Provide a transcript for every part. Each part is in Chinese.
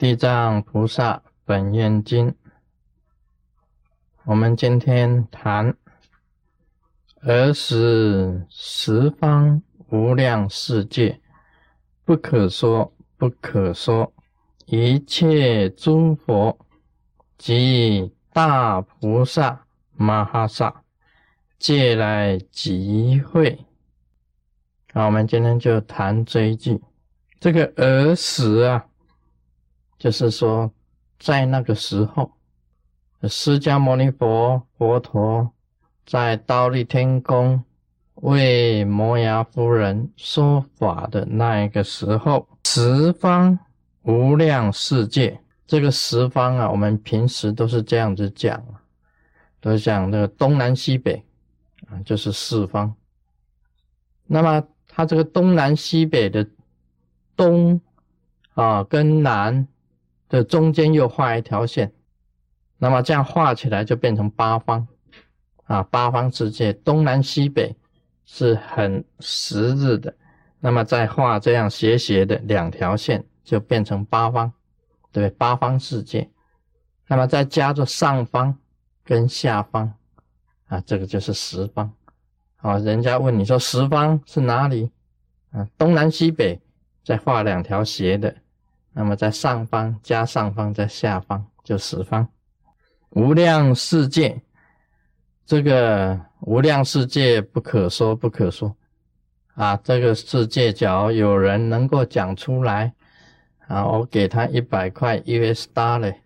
地藏菩萨本愿经，我们今天谈尔时十方无量世界，不可说不可说，一切诸佛及大菩萨摩诃萨皆来集会。好，我们今天就谈这一句。这个尔时啊，就是说在那个时候，释迦牟尼佛陀在忉利天宫为摩崖夫人说法的那一个时候，十方无量世界，这个十方啊，我们平时都是这样子讲，都讲这个东南西北啊，就是四方。那么它这个东南西北的东啊跟南的中间又画一条线，那么这样画起来就变成八方啊，八方世界，东南西北是很实质的，那么再画这样斜斜的两条线就变成八方，对不对？八方世界。那么再加上上方跟下方啊，这个就是十方。好，人家问你说十方是哪里啊？东南西北再画两条斜的，那么在上方加上方在下方就十方。无量世界，这个无量世界不可说不可说啊！这个世界假如有人能够讲出来啊，我给他100块 US dollar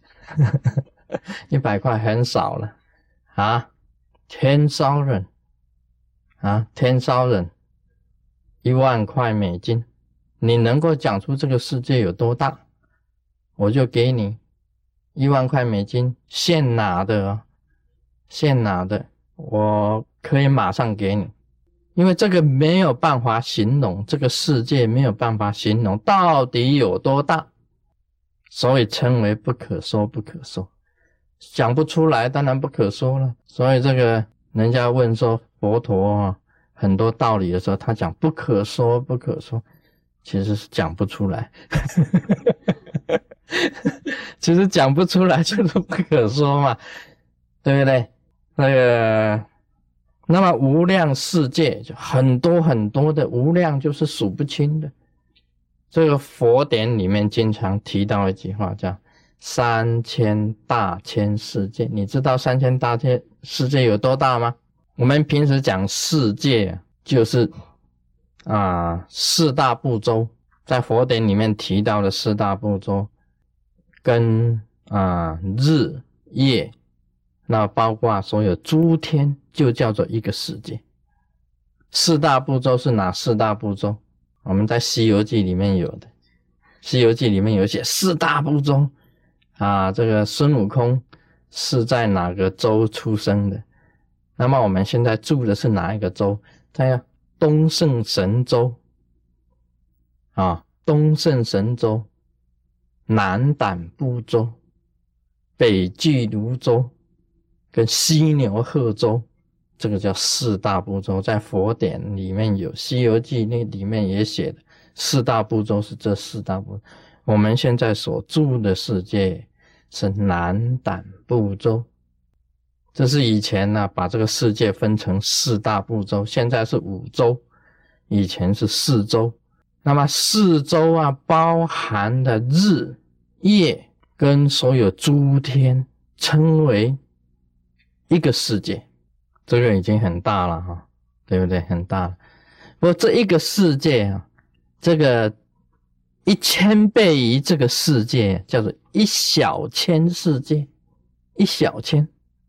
100块很少了啊，10,000啊，10,000 10000块美金，你能够讲出这个世界有多大，我就给你10000块美金，现拿的哦，现拿的，我可以马上给你，因为这个没有办法形容，这个世界没有办法形容到底有多大，所以称为不可说不可说，讲不出来当然不可说了。所以这个人家问说佛陀啊，很多道理的时候他讲不可说不可说，其实是讲不出来其实讲不出来就是不可说嘛，对不对？那么无量世界就很多很多的，无量就是数不清的。这个佛典里面经常提到一句话叫3000大千世界，你知道3000大千世界有多大吗？我们平时讲世界就是四大部洲，在佛典里面提到的四大部洲跟日夜，那包括所有诸天就叫做一个世界。四大部洲是哪四大部洲？我们在西游记里面有的，西游记里面有写四大部洲啊，这个孙悟空是在哪个州出生的，那么我们现在住的是哪一个州？在东胜神州啊，东胜神州、南胆部洲、北俱泸州跟西牛贺州，这个叫四大部洲，在佛典里面有，西游记那里面也写的，四大部洲是这四大部洲。我们现在所住的世界是南胆部洲，这是以前把这个世界分成四大部洲，现在是5洲，以前是4洲。那么4洲包含的日夜跟所有诸天称为一个世界，这个已经很大了哈，对不对？很大了。不过这一个世界这个1000倍于这个世界叫做1小千世界，1小千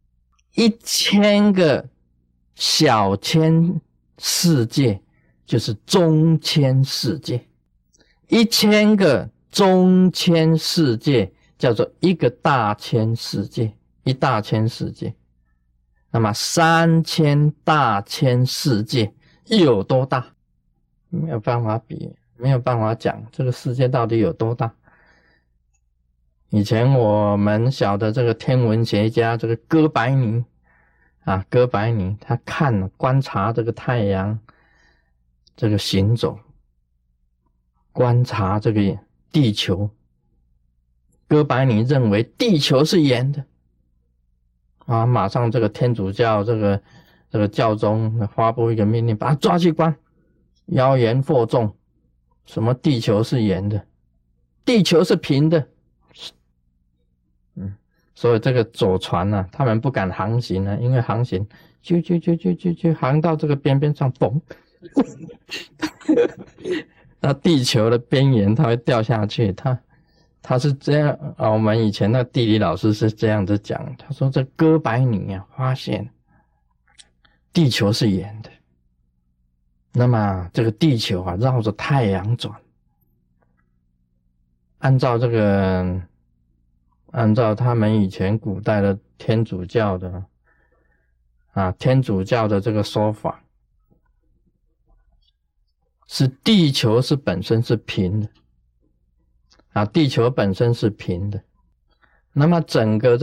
，1000个小千世界就是中千世界，1000个中千世界叫做一个大千世界，一大千世界。那么3000大千世界有多大？没有办法比，没有办法讲这个世界到底有多大。以前我们晓得这个天文学家这个哥白尼哥白尼他观察这个太阳这个行走，观察这个地球哥白尼认为地球是圆的啊，马上这个天主教这个教宗发布一个命令，把他抓去关，妖言惑众，什么地球是圆的，地球是平的。所以这个走船啊，他们不敢航行啊，因为航行就航到这个边边上，嘣，那地球的边缘它会掉下去。他是这样啊，我们以前那地理老师是这样子讲，他说这哥白尼啊发现地球是圆的，那么这个地球啊绕着太阳转，按照他们以前古代的天主教的这个说法，是地球本身是平的啊，地球本身是平的。那么整个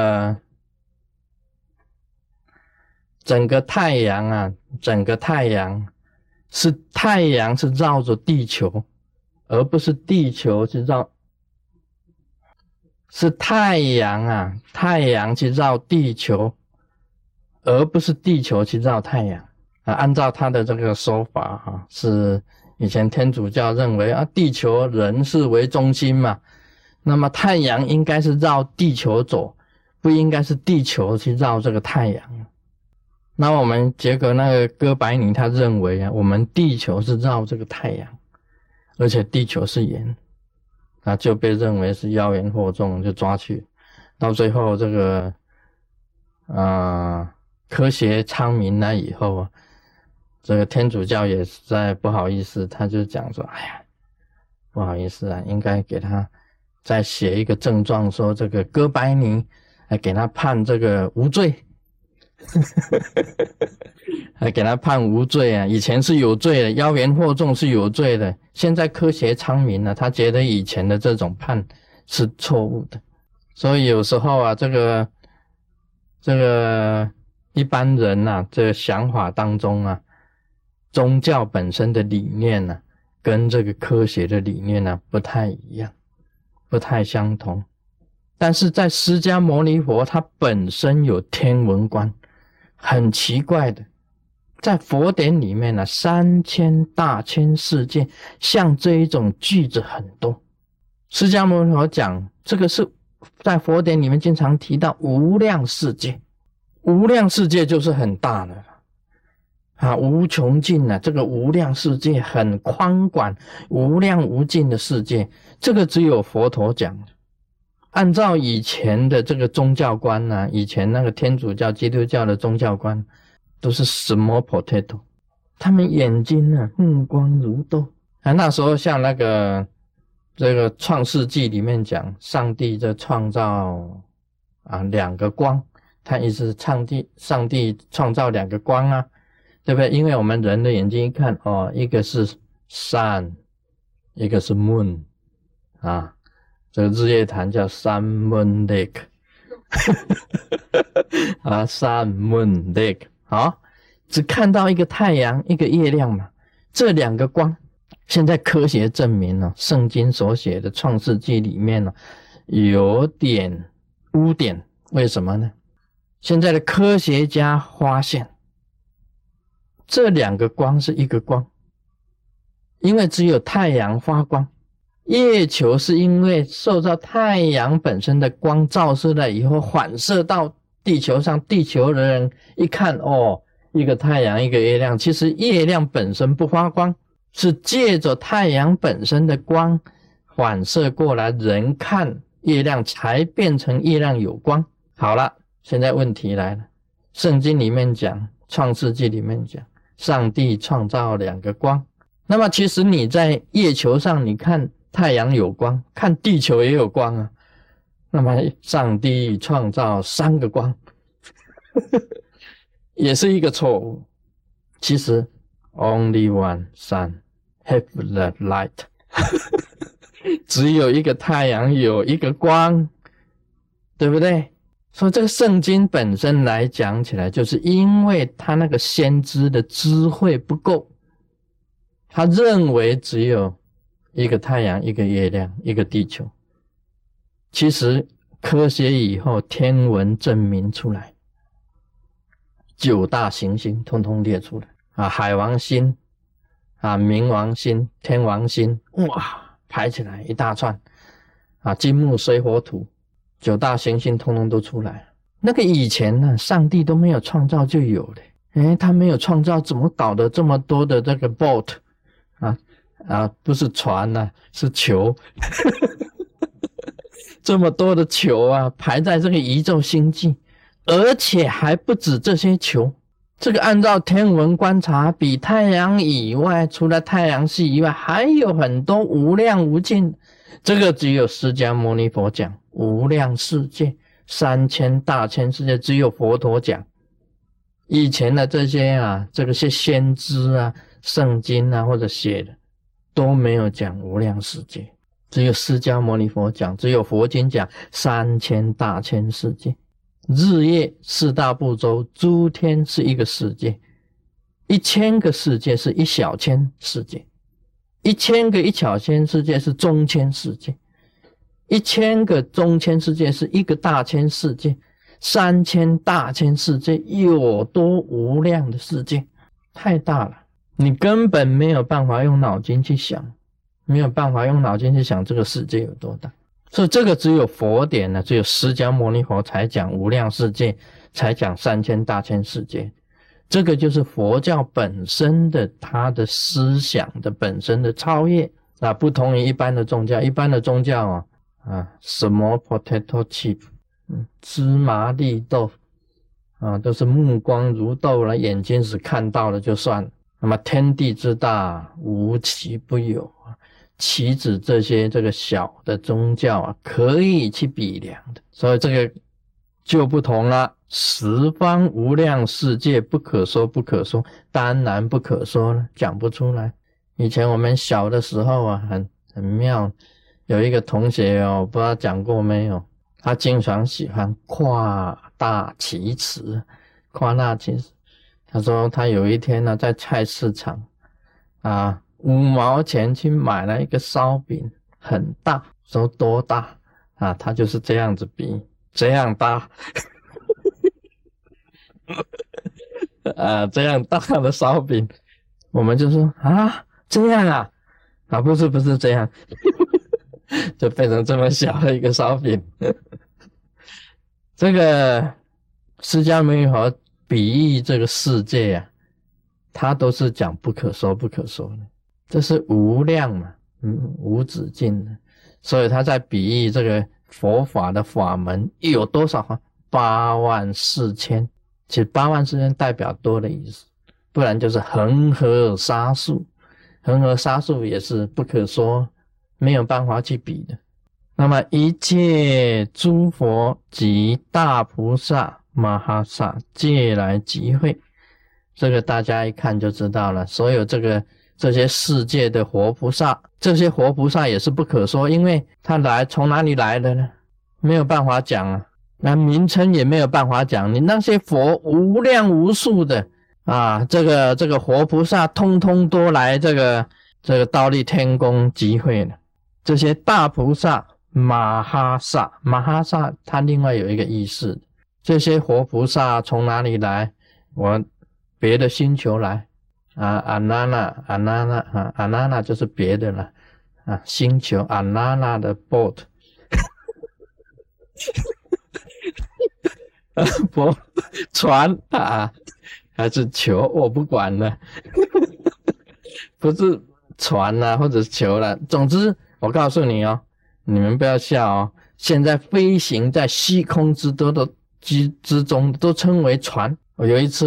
太阳啊，太阳是绕着地球，而不是地球去绕。是太阳去绕地球，而不是地球去绕太阳啊。按照他的这个说法是以前天主教认为啊，地球人是为中心嘛，那么太阳应该是绕地球走，不应该是地球去绕这个太阳。那我们结果那个哥白尼他认为啊，我们地球是绕这个太阳，而且地球是圆。那就被认为是妖言惑众，就抓去。到最后这个科学昌明了以后啊，这个天主教也实在不好意思，他就讲说，哎呀，不好意思啊，应该给他再写一个证状，说这个哥白尼还给他判这个无罪。还给他判无罪啊！以前是有罪的，妖言惑众是有罪的，现在科学昌明了，他觉得以前的这种判是错误的。所以有时候啊，这个一般人啊，这个想法当中啊，宗教本身的理念啊，跟这个科学的理念啊不太一样，不太相同。但是在释迦牟尼佛他本身有天文观，很奇怪的，在佛典里面呢，3000大千世界，像这一种句子很多。释迦牟尼佛讲这个是在佛典里面经常提到无量世界，无量世界就是很大的啊，无穷尽啊，这个无量世界很宽广，无量无尽的世界，这个只有佛陀讲的。按照以前的这个宗教观啊，以前那个天主教、基督教的宗教观，都是 small potato， 他们眼睛啊目光如豆啊。那时候像那个这个创世纪里面讲，上帝在创造2个光，他意思是上帝创造2个光啊，对不对？因为我们人的眼睛一看哦，一个是 sun， 一个是 moon 啊。这个日月潭叫 Sun Moon Lake Sun Moon Lake 好，只看到一个太阳一个月亮嘛，这2个光现在科学证明了，圣经所写的创世纪里面呢有点污点。为什么呢？现在的科学家发现这2个光是一个光，因为只有太阳发光，月球是因为受到太阳本身的光照射了以后反射到地球上，地球的人一看哦，一个太阳一个月亮，其实月亮本身不发光，是借着太阳本身的光反射过来，人看月亮才变成月亮有光。好了，现在问题来了，圣经里面讲，创世纪里面讲，上帝创造2个光，那么其实你在月球上你看太阳有光，看地球也有光啊，那么上帝创造3个光也是一个错误。其实 only one sun have the light 只有一个太阳有一个光，对不对？所以这个圣经本身来讲起来，就是因为他那个先知的智慧不够，他认为只有一个太阳一个月亮一个地球， 其实科学以后天文证明出来，9大行星通通列出来啊，海王星啊，冥王星、天王星，哇，排起来一大串啊，金木水火土9大行星通通都出来了。那个以前呢，上帝都没有创造就有了，他没有创造，怎么搞的这么多的这个 boat 不是船啊，是球这么多的球啊，排在这个宇宙星际，而且还不止这些球。这个按照天文观察，比太阳以外，除了太阳系以外，还有很多无量无尽。这个只有释迦牟尼佛讲无量世界，3000大千世界，只有佛陀讲。以前的这些先知啊、圣经啊或者写的都没有讲无量世界，只有释迦牟尼佛讲，只有佛经讲3000大千世界。日夜4大部洲，诸天是一个世界，1000个世界是1小千世界，1000个1小千世界是中千世界，1000个中千世界是1个大千世界，3000大千世界有多无量的世界，太大了，你根本没有办法用脑筋去想，没有办法用脑筋去想这个世界有多大。所以这个只有佛典呢，只有释迦牟尼佛才讲无量世界，才讲3000大千世界。这个就是佛教本身的它的思想的本身的超越啊，不同于一般的宗教。一般的宗教什么 potato chip， 芝麻绿豆都是目光如豆了，眼睛是看到了就算了。那么天地之大，无奇不有，岂止这个小的宗教可以去比量的。所以这个就不同了，十方无量世界不可说不可说，当然不可说了，讲不出来。以前我们小的时候很妙，有一个同学我不知道讲过没有，他经常喜欢夸大其词。他说他有一天呢，在菜市场5毛钱去买了一个烧饼，很大，说多大他就是这样子比，这样大这样大的烧饼，我们就说这样不是这样就变成这么小的一个烧饼这个释迦牟尼佛比喻这个世界他都是讲不可说不可说的，这是无量嘛，无止境的。所以他在比喻这个佛法的法门有多少84000，其实84000代表多的意思，不然就是恒河沙数，恒河沙数也是不可说，没有办法去比的。那么一切诸佛及大菩萨摩诃萨皆来集会，这个大家一看就知道了。所有这些世界的活菩萨，这些活菩萨也是不可说，因为他从哪里来的呢？没有办法讲那名称也没有办法讲。你那些佛无量无数的这个活菩萨通通都来这个忉利天宫集会了。这些大菩萨玛哈萨它另外有一个意思，这些活菩萨从哪里来？我别的星球来阿那那就是别的了星球阿那那的 boat 船还是球我不管了不是船或者球了。总之我告诉你你们不要笑现在飞行在虚空之中都称为船。我有一次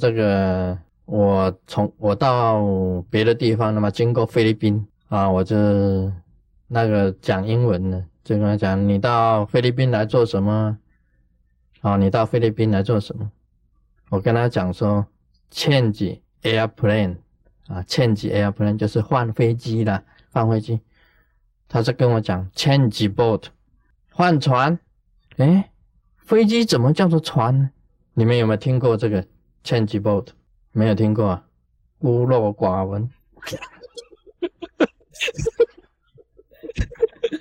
我到别的地方，那么经过菲律宾我就那个讲英文的就跟他讲，你到菲律宾来做什么你到菲律宾来做什么？我跟他讲说 change airplane change airplane 就是换飞机啦，换飞机。他就跟我讲 change boat 换船。飞机怎么叫做船呢？你们有没有听过这个 change boat？ 没有听过孤陋寡闻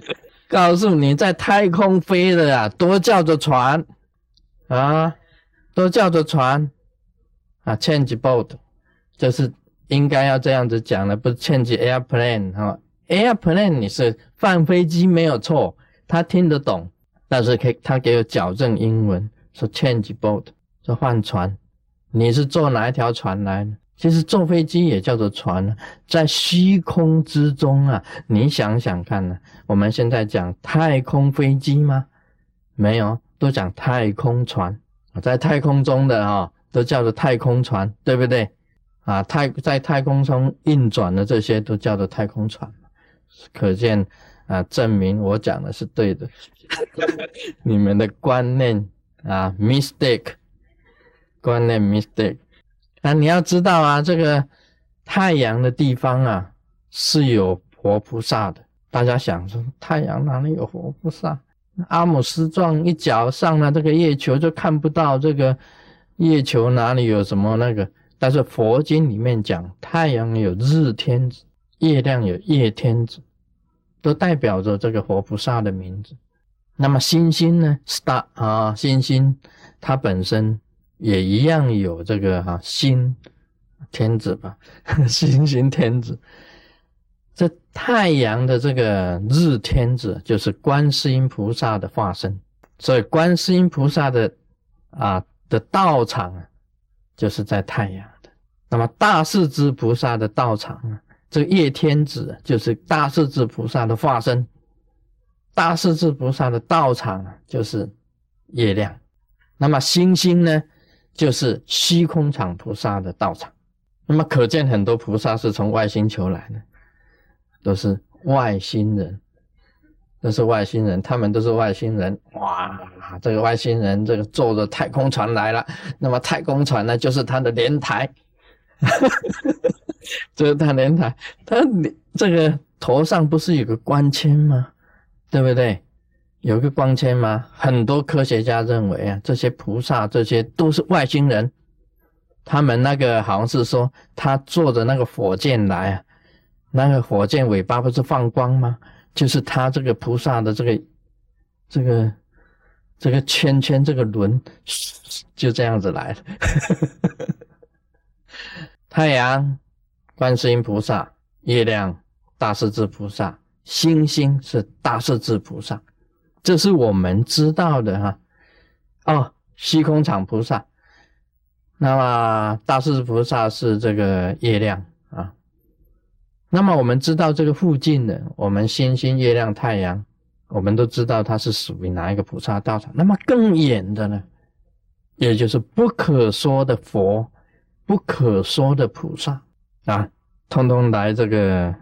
告诉你在太空飞的啊，都叫做船啊，都叫做船啊 ，change boat， 就是应该要这样子讲的，不是 change airplane 哈、airplane 你是放飞机没有错，他听得懂，但是他给我矫正英文，说 change boat， 说换船，你是坐哪一条船来呢？其实坐飞机也叫做船，在虚空之中啊，你想想看呢、我们现在讲太空飞机吗？没有，都讲太空船，在太空中的啊、都叫做太空船，对不对？啊，在太空中运转的这些都叫做太空船，可见啊，证明我讲的是对的。你们的观念啊 ，mistake， 观念 mistake。那你要知道啊，这个太阳的地方啊是有活菩萨的。大家想说，太阳哪里有活菩萨？阿姆斯壮一脚上了这个月球就看不到这个月球哪里有什么那个。但是佛经里面讲，太阳有日天子，月亮有夜天子，都代表着这个活菩萨的名字。那么星星呢 ，star 啊，星星它本身也一样有这个星天子吧，星星天子。这太阳的这个日天子就是观世音菩萨的化身，所以观世音菩萨的道场啊，就是在太阳的。那么大势至菩萨的道场啊，这个夜天子就是大势至菩萨的化身，大势至菩萨的道场啊，就是月亮。那么星星呢，就是虚空场菩萨的道场。那么可见很多菩萨是从外星球来的，都是外星人，都是外星人，他们都是外星人。哇，这个外星人这个坐着太空船来了，那么太空船呢，就是他的莲台。这是他莲台，他这个头上不是有个光圈吗？对不对？有个光圈吗？很多科学家认为啊，这些菩萨这些都是外星人。他们那个好像是说，他坐着那个火箭来啊，那个火箭尾巴不是放光吗？就是他这个菩萨的这个圈圈这个轮就这样子来了。太阳观世音菩萨，月亮大势至菩萨，星星是大势至菩萨，这是我们知道的哈。哦，虚空场菩萨，那么大势至菩萨是这个月亮啊。那么我们知道这个附近的，我们星星、月亮、太阳，我们都知道它是属于哪一个菩萨道场。那么更远的呢，也就是不可说的佛，不可说的菩萨啊，通通来这个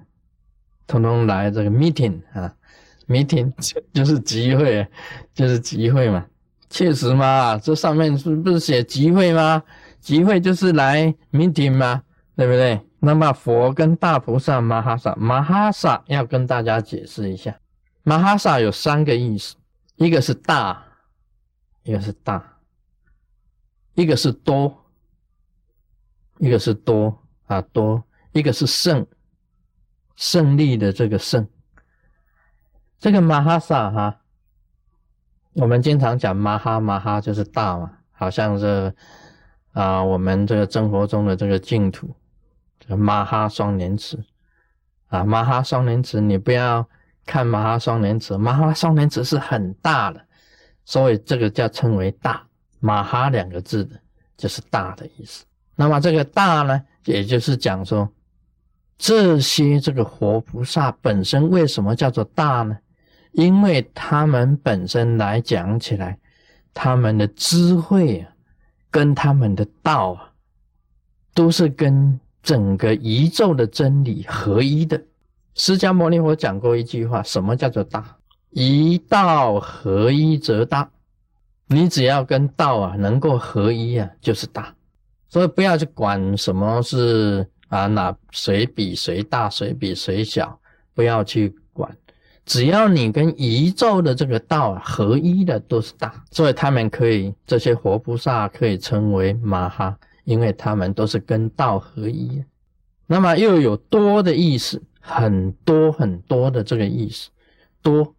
meeting 啊 ，meeting 就是集会，就是集会嘛。确实嘛，这上面是不是写集会吗？集会就是来 meeting 嘛，对不对？那么佛跟大菩萨马哈萨要跟大家解释一下，马哈萨有3个意思，一个是大，一个是大，一个是多，一个是多啊多，一个是胜，胜利的这个胜。这个马哈萨哈，我们经常讲马哈就是大嘛，好像是我们这个生活中的这个净土，这个马哈双莲池啊，马哈双莲池，你不要看马哈双莲池，马哈双莲池是很大的，所以这个叫称为大，马哈2个字的就是大的意思。那么这个大呢，也就是讲说，这些这个活菩萨本身为什么叫做大呢？因为他们本身来讲起来，他们的智慧啊，跟他们的道啊，都是跟整个宇宙的真理合一的。释迦牟尼佛讲过一句话，什么叫做大？一道合一则大。你只要跟道啊能够合一啊，就是大。所以不要去管什么是谁比谁大，谁比谁小，不要去管。只要你跟宇宙的这个道合一的，都是大。所以他们这些活菩萨可以称为马哈，因为他们都是跟道合一。那么又有多的意思，很多很多的这个意思。多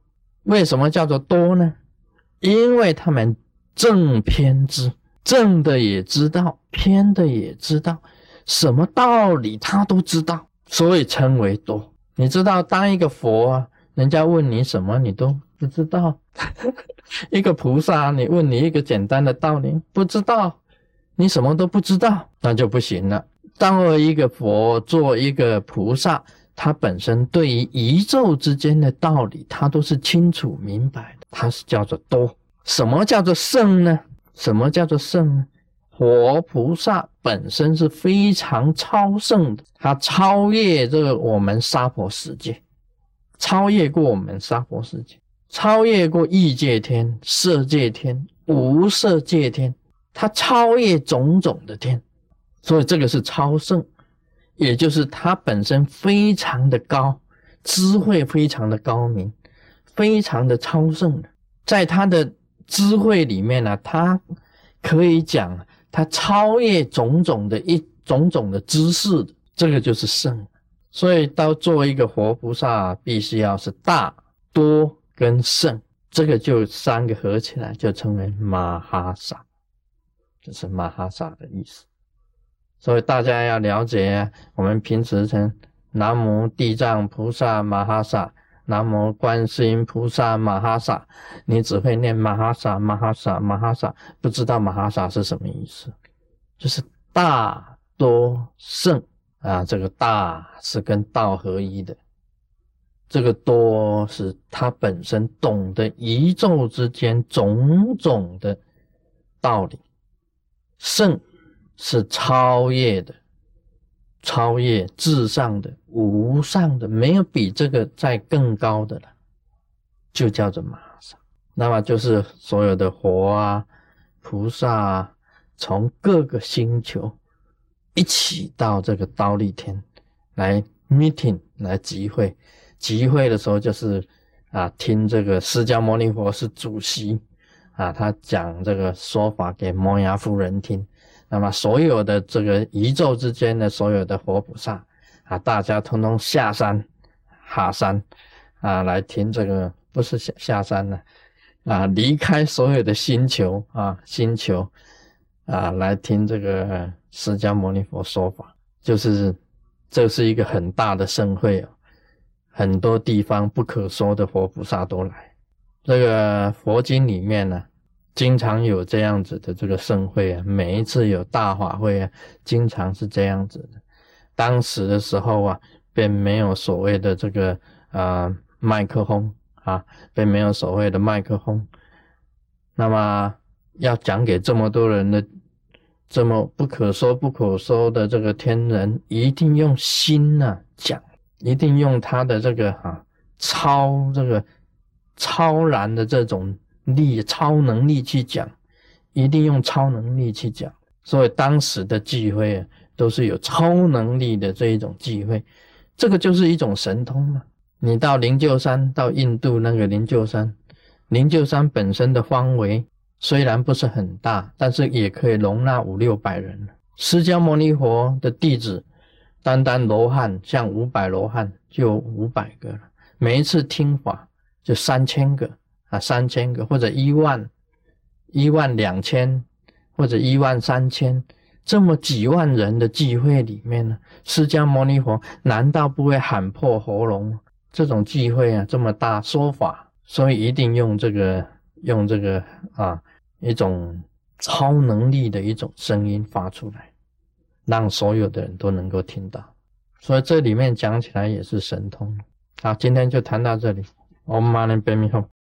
为什么叫做多呢？因为他们正偏知，正的也知道，偏的也知道，什么道理他都知道，所以称为多。你知道当一个佛啊，人家问你什么你都不知道一个菩萨你问你一个简单的道理不知道，你什么都不知道，那就不行了。当一个佛做一个菩萨，他本身对于宇宙之间的道理他都是清楚明白的，他是叫做多。什么叫做圣呢？什么叫做圣呢？活菩萨本身是非常超圣的，他超越这个我们娑婆世界，超越过我们娑婆世界，超越过欲界天、色界天、无色界天，他超越种种的天，所以这个是超圣，也就是他本身非常的高，智慧非常的高明，非常的超圣的。在他的智慧里面呢，他可以讲他超越种种的知识的，这个就是圣。所以到做一个活菩萨必须要是大、多跟圣，这个就三个合起来就称为马哈萨，这是马哈萨的意思。所以大家要了解，我们平时称南无地藏菩萨马哈萨，南无观世音菩萨马哈萨，你只会念马哈萨马哈萨马哈萨，不知道马哈萨是什么意思，就是大多圣啊，这个大是跟道合一的，这个多是他本身懂得宇宙之间种种的道理，圣是超越的，超越至上的无上的，没有比这个再更高的了，就叫做马哈萨。那么就是所有的佛啊菩萨啊，从各个星球一起到这个忉利天来 meeting 来集会。集会的时候就是听这个释迦牟尼佛是主席他讲这个说法给摩耶夫人听。那么所有的这个宇宙之间的所有的活菩萨大家通通下山下山来听这个，不是下山了离开所有的星球来听这个释迦牟尼佛说法，就是这是一个很大的盛会很多地方不可说的活菩萨都来。这个佛经里面呢经常有这样子的这个盛会每一次有大法会经常是这样子的。当时的时候便没有所谓的这个麦克风便没有所谓的麦克风，那么要讲给这么多人的这么不可说不可说的这个天人，一定用心讲，一定用他的这个超然的这种超能力去讲，一定用超能力去讲。所以当时的聚会都是有超能力的这一种聚会，这个就是一种神通嘛。你到灵鹫山，到印度那个灵鹫山本身的方围虽然不是很大，但是也可以容纳500-600人。释迦牟尼佛的弟子单罗汉像500罗汉就500个了，每一次听法就3000个3000个，或者12000或者13000，这么几万人的聚会里面呢，释迦牟尼佛难道不会喊破喉咙？这种聚会这么大说法，所以一定用这个一种超能力的一种声音发出来，让所有的人都能够听到。所以这里面讲起来也是神通。好，今天就谈到这里。Om Mani Padme Hum